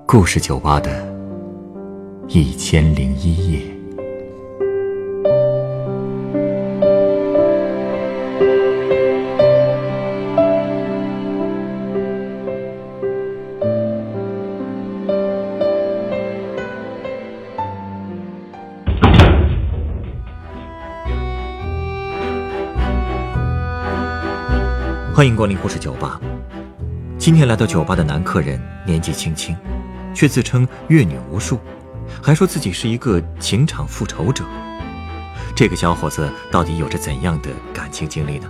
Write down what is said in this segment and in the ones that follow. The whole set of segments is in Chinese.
故事酒吧的1001夜。欢迎光临故事酒吧。今天来到酒吧的男客人年纪轻轻，却自称阅女无数，还说自己是一个情场复仇者。这个小伙子到底有着怎样的感情经历呢？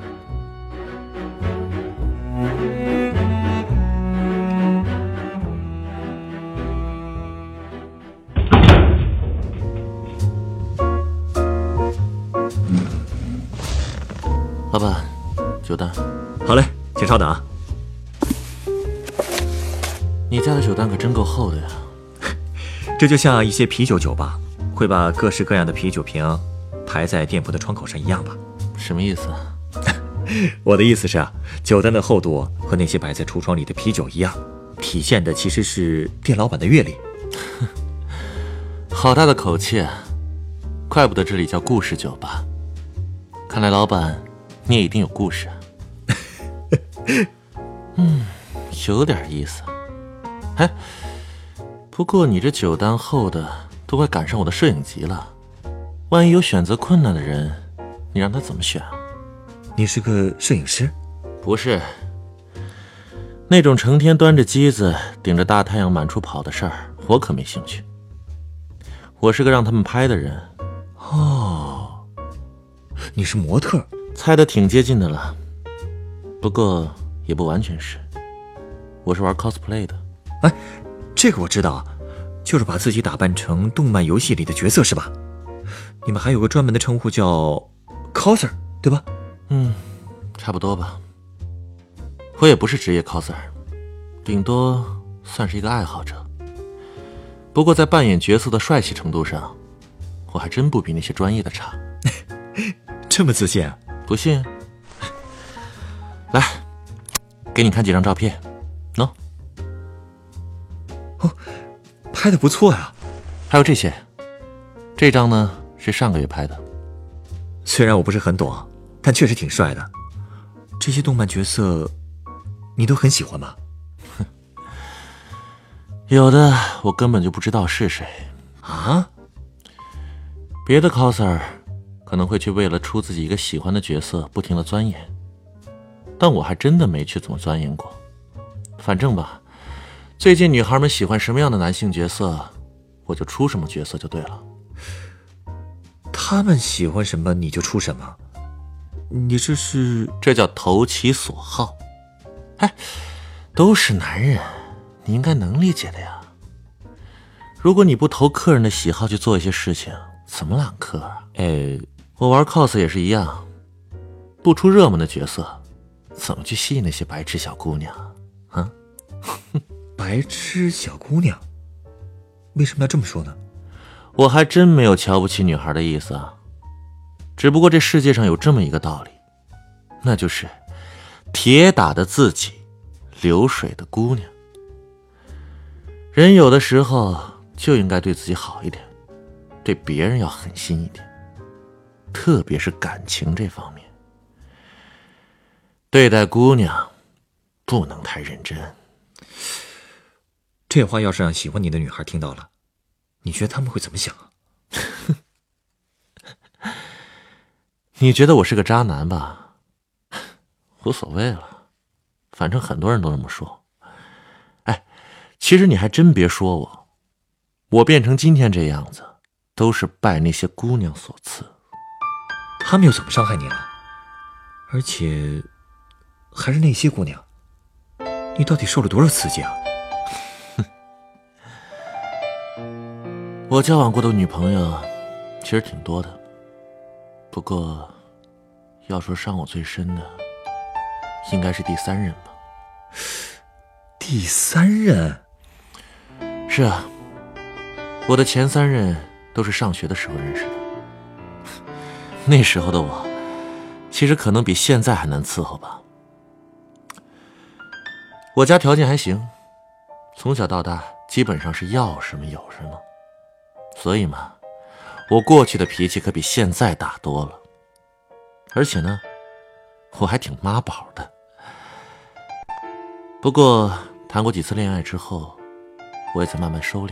老板，酒单。 好嘞，请稍等啊。 你家的酒单可真够厚的呀。 这就像一些啤酒酒吧会把各式各样的啤酒瓶排在店铺的窗口上一样吧？ 什么意思啊？ 我的意思是啊，酒单的厚度和那些摆在橱窗里的啤酒一样，体现的其实是店老板的阅历。 好大的口气啊！怪不得这里叫故事酒吧。看来老板你也一定有故事啊。有点意思。哎，不过你这酒单厚的都快赶上我的摄影集了，万一有选择困难的人，你让他怎么选啊？ 你是个摄影师？ 不是，那种成天端着机子顶着大太阳满处跑的事儿，我可没兴趣。我是个让他们拍的人。 哦，你是模特？ 猜得挺接近的了，不过也不完全是。我是玩 cosplay 的。 哎，这个我知道，就是把自己打扮成动漫游戏里的角色是吧？你们还有个专门的称呼叫 coser 对吧？ 差不多吧。我也不是职业 coser， 顶多算是一个爱好者。不过在扮演角色的帅气程度上，我还真不比那些专业的差。 这么自信啊？ 不信？来，给你看几张照片。喏。 哦，拍得不错呀。 还有这些，这张呢是上个月拍的。 虽然我不是很懂，但确实挺帅的。这些动漫角色你都很喜欢吗？ 有的我根本就不知道是谁啊。 别的 coser 可能会去为了出自己一个喜欢的角色不停地钻研，但我还真的没去怎么钻研过。反正吧，最近女孩们喜欢什么样的男性角色，我就出什么角色就对了。 他们喜欢什么你就出什么，你这叫投其所好。哎，都是男人，你应该能理解的呀。如果你不投客人的喜好去做一些事情，怎么揽客啊？我玩 cos 也是一样，不出热门的角色，怎么去吸引那些白痴小姑娘啊？ 白痴小姑娘？为什么要这么说呢？ 我还真没有瞧不起女孩的意思啊，只不过这世界上有这么一个道理，那就是铁打的自己，流水的姑娘。人有的时候就应该对自己好一点，对别人要狠心一点，特别是感情这方面，对待姑娘不能太认真。 这话要是让喜欢你的女孩听到了，你觉得他们会怎么想啊？ 你觉得我是个渣男吧？无所谓了，反正很多人都这么说。哎，其实你还真别说我变成今天这样子，都是拜那些姑娘所赐。 他们又怎么伤害你了？而且还是那些姑娘，你到底受了多少刺激啊？ 我交往过的女朋友其实挺多的，不过要说伤我最深的，应该是第3任吧。 第3任？ 是啊，我的前3任都是上学的时候认识的。那时候的我其实可能比现在还难伺候吧。我家条件还行，从小到大基本上是要什么有什么。所以嘛，我过去的脾气可比现在大多了。而且呢，我还挺妈宝的。不过谈过几次恋爱之后，我也在慢慢收敛。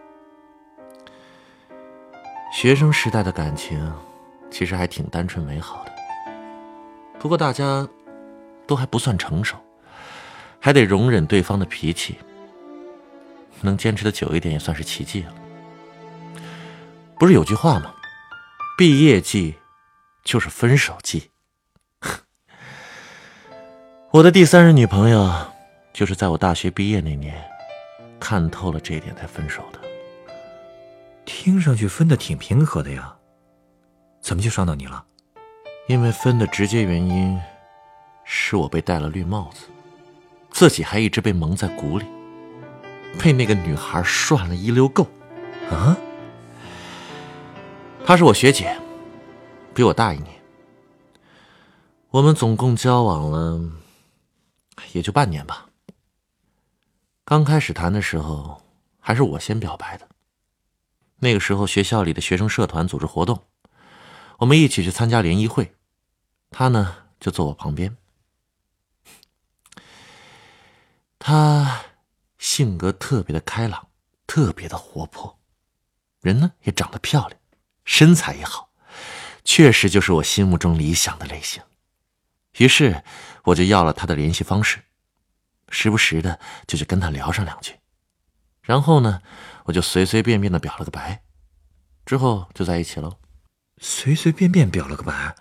学生时代的感情其实还挺单纯美好的，不过大家都还不算成熟，还得容忍对方的脾气，能坚持的久一点也算是奇迹了。不是有句话吗？毕业季就是分手季。我的第3任女朋友就是在我大学毕业那年看透了这一点才分手的。 听上去分得挺平和的呀，怎么就伤到你了？ 因为分的直接原因是我被戴了绿帽子，自己还一直被蒙在鼓里，被那个女孩涮了一溜够。 啊？ 她是我学姐，比我大1年。我们总共交往了也就半年吧。刚开始谈的时候还是我先表白的。那个时候学校里的学生社团组织活动，我们一起去参加联谊会，他呢就坐我旁边。他性格特别的开朗，特别的活泼，人呢也长得漂亮，身材也好，确实就是我心目中理想的类型。于是我就要了他的联系方式，时不时的就去跟他聊上2句。然后呢，我就随随便便的表了个白，之后就在一起了。 随随便便表了个白？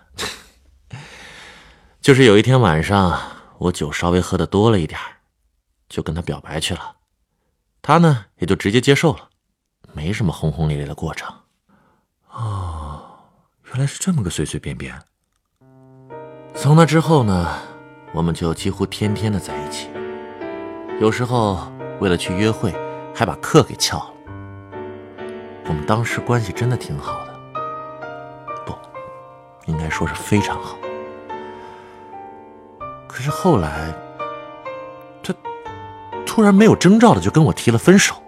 就是有一天晚上，我酒稍微喝的多了一点，就跟他表白去了。他呢也就直接接受了，没什么轰轰烈烈的过程。 哦，原来是这么个随随便便。 从那之后呢，我们就几乎天天的在一起，有时候为了去约会还把课给翘了。我们当时关系真的挺好的，不，应该说是非常好。可是后来他突然没有征兆的就跟我提了分手。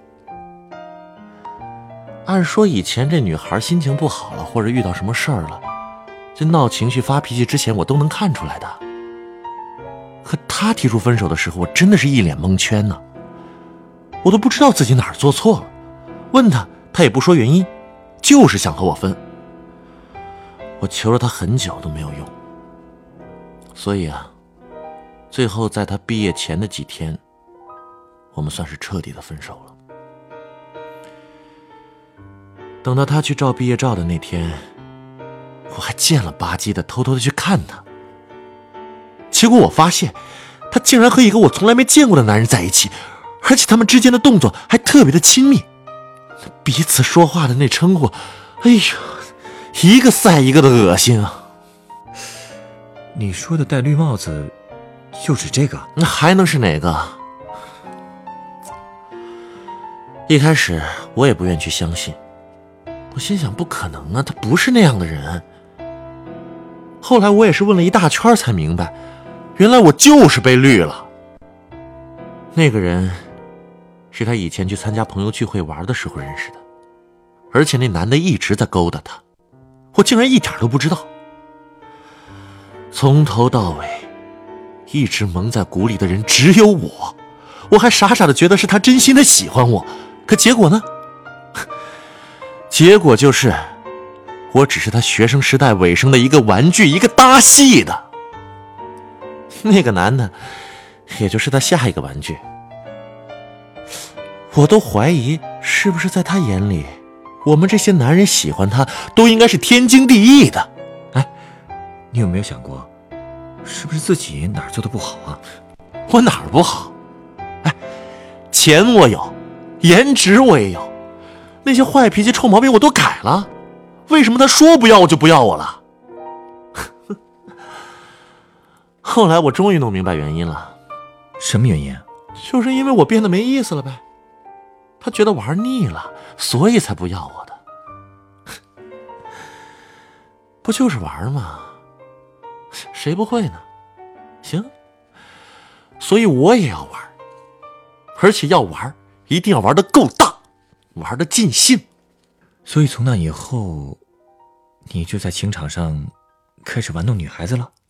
按说以前这女孩心情不好了，或者遇到什么事儿了，这闹情绪发脾气之前我都能看出来的。可他提出分手的时候，我真的是一脸蒙圈呢，我都不知道自己哪儿做错了。问他，他也不说原因，就是想和我分。我求了他很久都没有用，所以啊，最后在他毕业前的几天，我们算是彻底的分手了。等到他去照毕业照的那天，我还贱了吧唧的偷偷的去看他，结果我发现他竟然和一个我从来没见过的男人在一起，而且他们之间的动作还特别的亲密，彼此说话的那称呼，哎呦，一个赛一个的恶心啊！ 你说的戴绿帽子就指这个？ 那还能是哪个？一开始我也不愿去相信，我心想不可能啊，他不是那样的人。后来我也是问了一大圈才明白，原来我就是被绿了。那个人是他以前去参加朋友聚会玩的时候认识的，而且那男的一直在勾搭他，我竟然一点都不知道。从头到尾一直蒙在鼓里的人只有我，我还傻傻的觉得是他真心的喜欢我，可结果呢？结果就是我只是他学生时代尾声的一个玩具，一个搭戏的。那个男的也就是他下一个玩具。我都怀疑是不是在他眼里，我们这些男人喜欢他都应该是天经地义的。 哎，你有没有想过，是不是自己哪儿做的不好啊？ 我哪儿不好？哎，钱我有，颜值我也有，那些坏脾气臭毛病我都改了，为什么他说不要我就不要我了？后来我终于弄明白原因了。 什么原因？ 就是因为我变得没意思了呗，他觉得玩腻了，所以才不要我的。不就是玩吗？谁不会呢？行，所以我也要玩，而且要玩一定要玩得够大，玩得尽兴。 所以从那以后，你就在情场上开始玩弄女孩子了？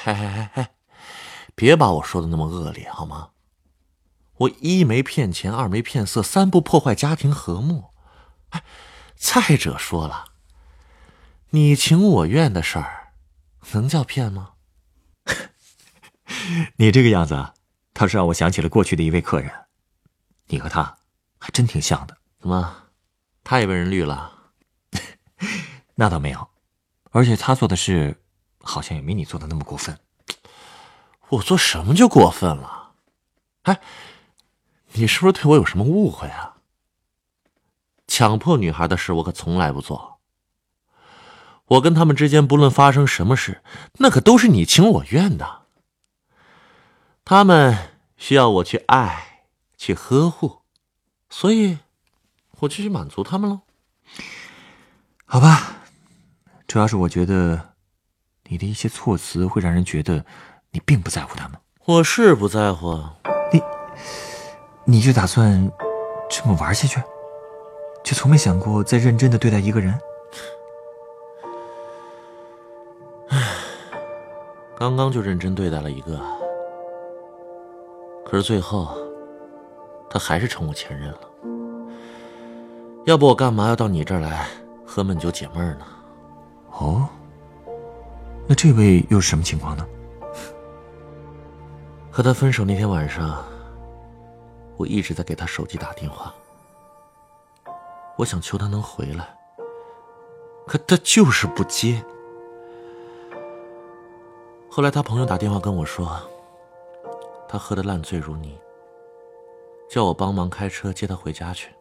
别把我说的那么恶劣好吗？我一没骗钱，二没骗色，三不破坏家庭和睦。再者说了，你情我愿的事儿，能叫骗吗？ 你这个样子，倒是让我想起了过去的一位客人，你和他还真挺像的。 怎么，他也被人绿了？ 那倒没有，而且他做的事好像也没你做的那么过分。 我做什么就过分了？你是不是对我有什么误会啊？强迫女孩的事我可从来不做。我跟他们之间不论发生什么事，那可都是你情我愿的。他们需要我去爱，去呵护，所以我就去满足他们喽。 好吧，主要是我觉得你的一些措辞会让人觉得你并不在乎他们。 我是不在乎。 你就打算这么玩下去？就从没想过再认真的对待一个人？ 刚刚就认真对待了一个，可是最后他还是成我前任了。要不我干嘛要到你这儿来喝闷酒解闷呢？ 哦，那这位又是什么情况呢？ 和他分手那天晚上，我一直在给他手机打电话，我想求他能回来，可他就是不接。后来他朋友打电话跟我说，他喝得烂醉如泥，叫我帮忙开车接他回家去。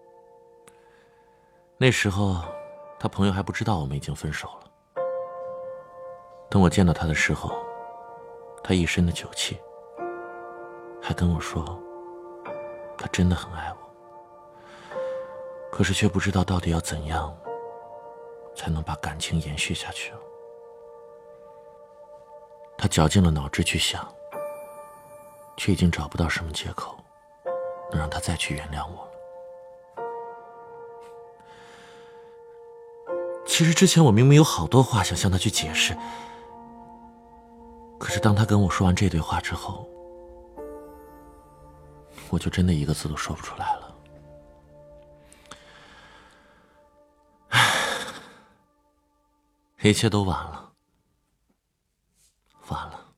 那时候他朋友还不知道我们已经分手了。等我见到他的时候，他一身的酒气，还跟我说他真的很爱我，可是却不知道到底要怎样才能把感情延续下去。他绞尽了脑汁去想，却已经找不到什么借口能让他再去原谅我了。其实之前我明明有好多话想向他去解释，可是当他跟我说完这堆话之后，我就真的一个字都说不出来了。一切都晚了，晚了。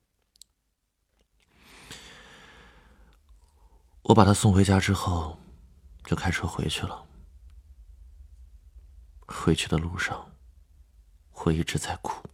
我把他送回家之后，就开车回去了。回去的路上，我一直在哭。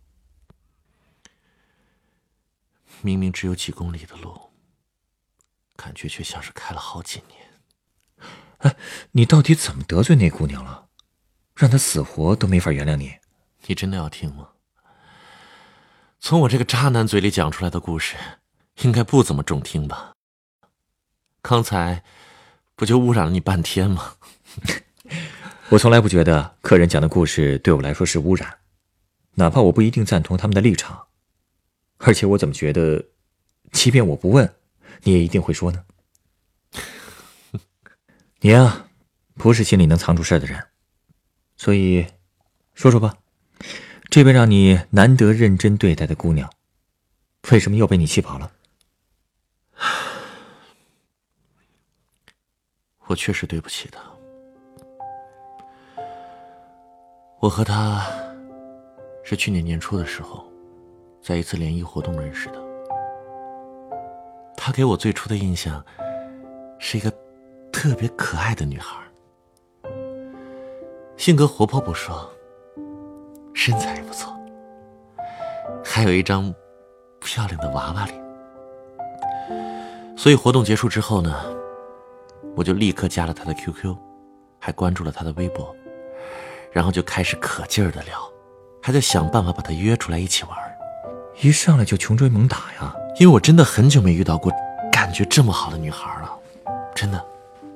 明明只有几公里的路，感觉却像是开了好几年。 你到底怎么得罪那姑娘了，让她死活都没法原谅你？ 你真的要听吗？从我这个渣男嘴里讲出来的故事，应该不怎么中听吧？刚才不就污染了你半天吗？ 我从来不觉得客人讲的故事对我来说是污染，哪怕我不一定赞同他们的立场。而且我怎么觉得，即便我不问，你也一定会说呢？你呀，不是心里能藏住事儿的人，所以说说吧，这位让你难得认真对待的姑娘，为什么又被你气跑了？ 我确实对不起她。我和她是去年年初的时候，在一次联谊活动认识的。她给我最初的印象是一个特别可爱的女孩，性格活泼不说，身材也不错，还有一张漂亮的娃娃脸。所以活动结束之后呢，我就立刻加了她的 QQ， 还关注了她的微博，然后就开始可劲儿的聊，还在想办法把她约出来一起玩。 一上来就穷追猛打呀？ 因为我真的很久没遇到过感觉这么好的女孩了，真的。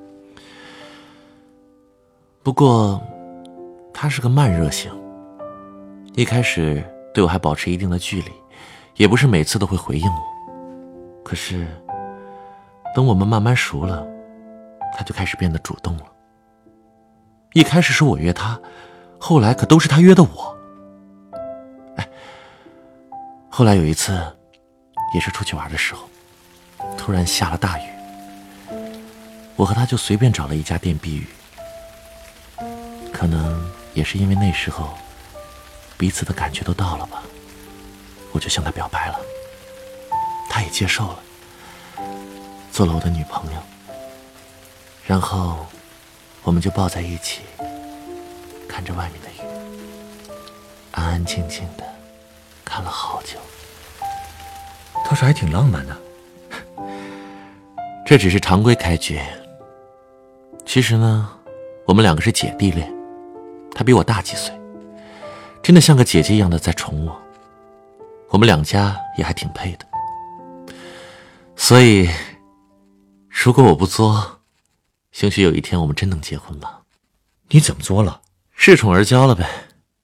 不过她是个慢热型，一开始对我还保持一定的距离，也不是每次都会回应我。可是等我们慢慢熟了， 他就开始变得主动了。一开始是我约他，后来可都是他约的我。后来有一次也是出去玩的时候，突然下了大雨，我和他就随便找了一家店避雨。可能也是因为那时候彼此的感觉都到了吧，我就向他表白了，他也接受了，做了我的女朋友。然后我们就抱在一起，看着外面的雨，安安静静的看了好久。 倒是还挺浪漫的。 这只是常规开局，其实呢，我们两个是姐弟恋，她比我大几岁，真的像个姐姐一样的在宠我，我们两家也还挺配的。所以如果我不作，兴许有一天我们真能结婚吧。 你怎么作了？ 恃宠而骄了呗。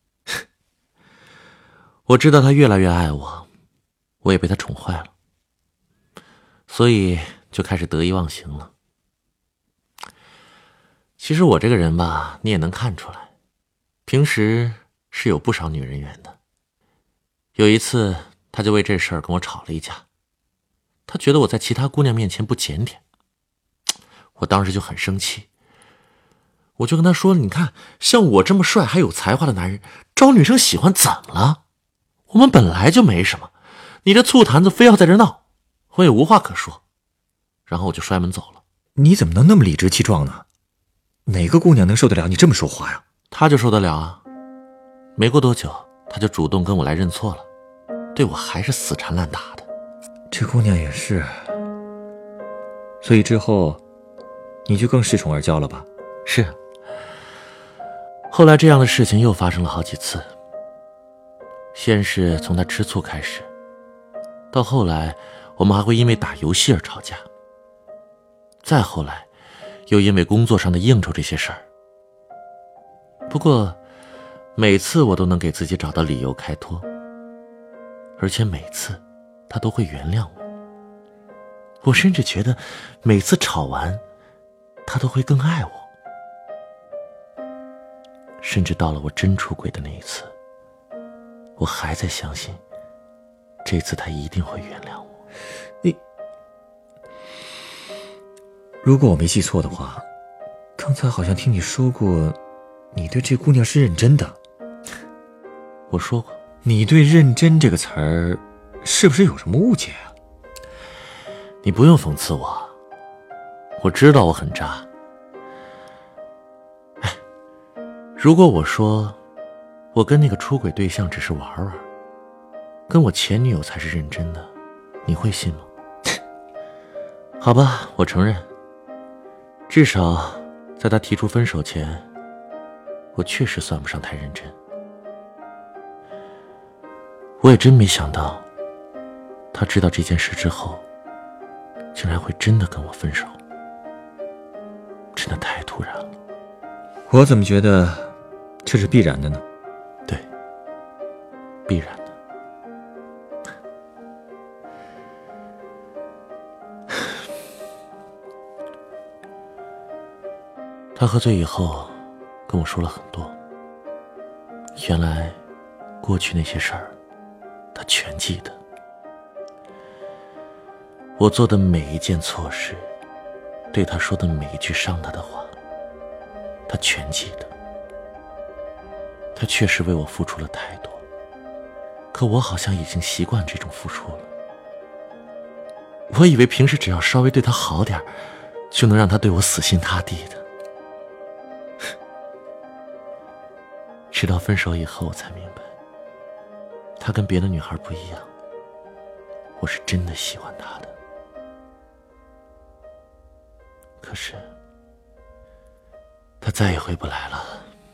我知道他越来越爱我，我也被他宠坏了，所以就开始得意忘形了。其实我这个人吧，你也能看出来，平时是有不少女人缘的。有一次他就为这事儿跟我吵了一架，他觉得我在其他姑娘面前不检点，我当时就很生气。我就跟他说，你看像我这么帅还有才华的男人招女生喜欢怎么了？我们本来就没什么，你这醋坛子非要在这闹，我也无话可说。然后我就摔门走了。 你怎么能那么理直气壮呢？哪个姑娘能受得了你这么说话呀？ 他就受得了啊。没过多久他就主动跟我来认错了，对我还是死缠烂打的。 这姑娘也是，所以之后你就更恃宠而骄了吧？ 是。后来这样的事情又发生了好几次，先是从他吃醋开始，到后来我们还会因为打游戏而吵架，再后来又因为工作上的应酬这些事儿。不过每次我都能给自己找到理由开脱，而且每次他都会原谅我。我甚至觉得每次吵完他都会更爱我，甚至到了我真出轨的那一次，我还在相信这次他一定会原谅我。 如果我没记错的话，刚才好像听你说过你对这姑娘是认真的。 我说过。 你对认真这个词儿是不是有什么误解啊？ 你不用讽刺我，我知道我很渣。如果我说我跟那个出轨对象只是玩玩，跟我前女友才是认真的，你会信吗？好吧，我承认，至少在他提出分手前，我确实算不上太认真。我也真没想到，他知道这件事之后，竟然会真的跟我分手，真的太突然了。 我怎么觉得这是必然的呢？ 对，必然的。他喝醉以后跟我说了很多，原来过去那些事儿他全记得，我做的每一件错事，对他说的每一句伤他的话，他全记得。他确实为我付出了太多，可我好像已经习惯这种付出了。我以为平时只要稍微对他好点，就能让他对我死心塌地的。直到分手以后，我才明白，他跟别的女孩不一样，我是真的喜欢他的。可是他再也回不来了。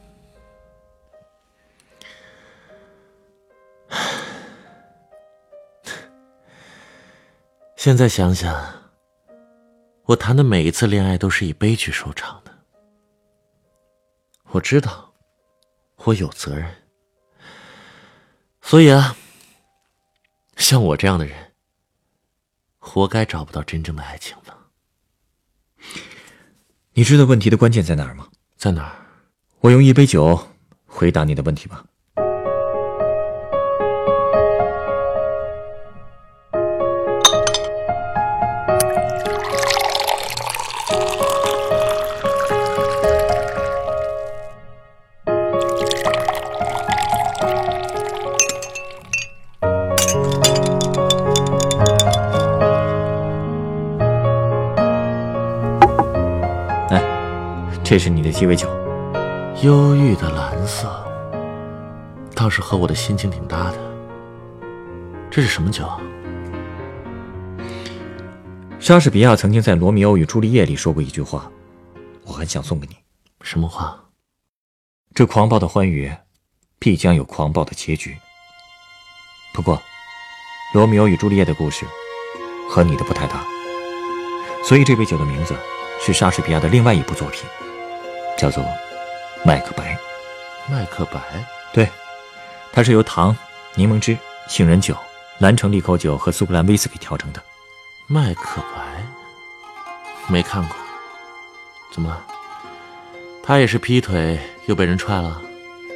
现在想想，我谈的每一次恋爱都是以悲剧收场的。我知道我有责任，所以啊，像我这样的人活该找不到真正的爱情吧。 你知道问题的关键在哪儿吗？ 在哪儿？ 我用一杯酒回答你的问题吧。这是你的鸡尾酒， 忧郁的蓝色，倒是和我的心情挺搭的。这是什么酒啊？ 莎士比亚曾经在《罗密欧与朱丽叶》里说过一句话，我很想送给你。 什么话？ 这狂暴的欢愉，必将有狂暴的结局。不过，《罗密欧与朱丽叶》的故事和你的不太大，所以这杯酒的名字是莎士比亚的另外一部作品，叫做《麦克白》。 麦克白？ 对，它是由糖、柠檬汁、杏仁酒、蓝橙利口酒和苏格兰威士忌调成的。 麦克白？没看过。怎么？他也是劈腿又被人踹了？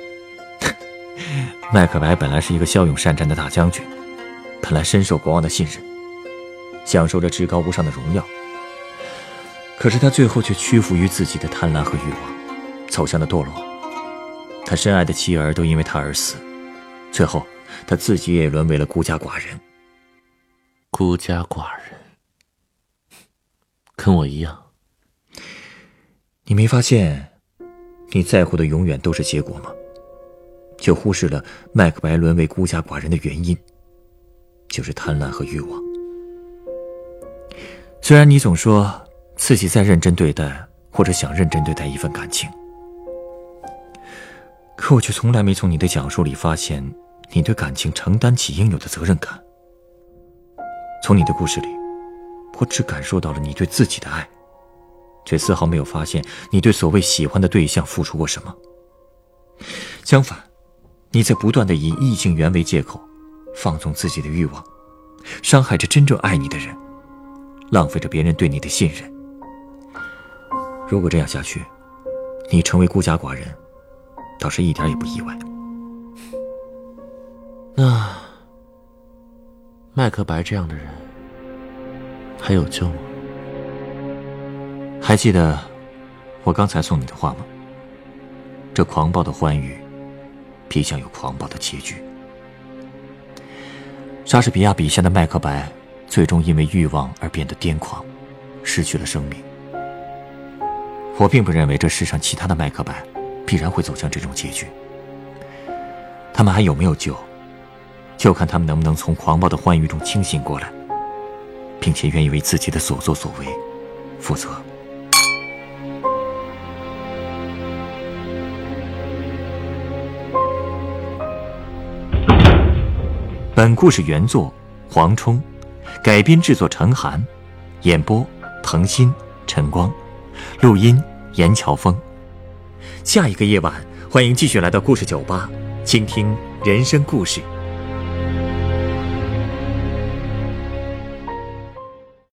麦克白本来是一个骁勇善战的大将军，本来深受国王的信任，享受着至高无上的荣耀。可是他最后却屈服于自己的贪婪和欲望，走向了堕落。他深爱的妻儿都因为他而死，最后他自己也沦为了孤家寡人。 孤家寡人，跟我一样。 你没发现你在乎的永远都是结果吗？却忽视了麦克白沦为孤家寡人的原因，就是贪婪和欲望。虽然你总说自己在认真对待，或者想认真对待一份感情，可我却从来没从你的讲述里发现你对感情承担起应有的责任感。从你的故事里，我只感受到了你对自己的爱，却丝毫没有发现你对所谓喜欢的对象付出过什么。相反，你在不断地以异性缘为借口，放纵自己的欲望，伤害着真正爱你的人，浪费着别人对你的信任。如果这样下去，你成为孤家寡人，倒是一点也不意外。 那麦克白这样的人还有救吗？ 还记得我刚才送你的话吗？这狂暴的欢愉必将有狂暴的结局。莎士比亚笔下的麦克白最终因为欲望而变得癫狂，失去了生命。我并不认为这世上其他的麦克白必然会走向这种结局。他们还有没有救，就看他们能不能从狂暴的欢愉中清醒过来，并且愿意为自己的所作所为负责。本故事原作黄冲，改编制作陈寒，演播彭鑫、陈光，录音严乔峰。下一个夜晚，欢迎继续来到故事酒吧，倾听人生故事。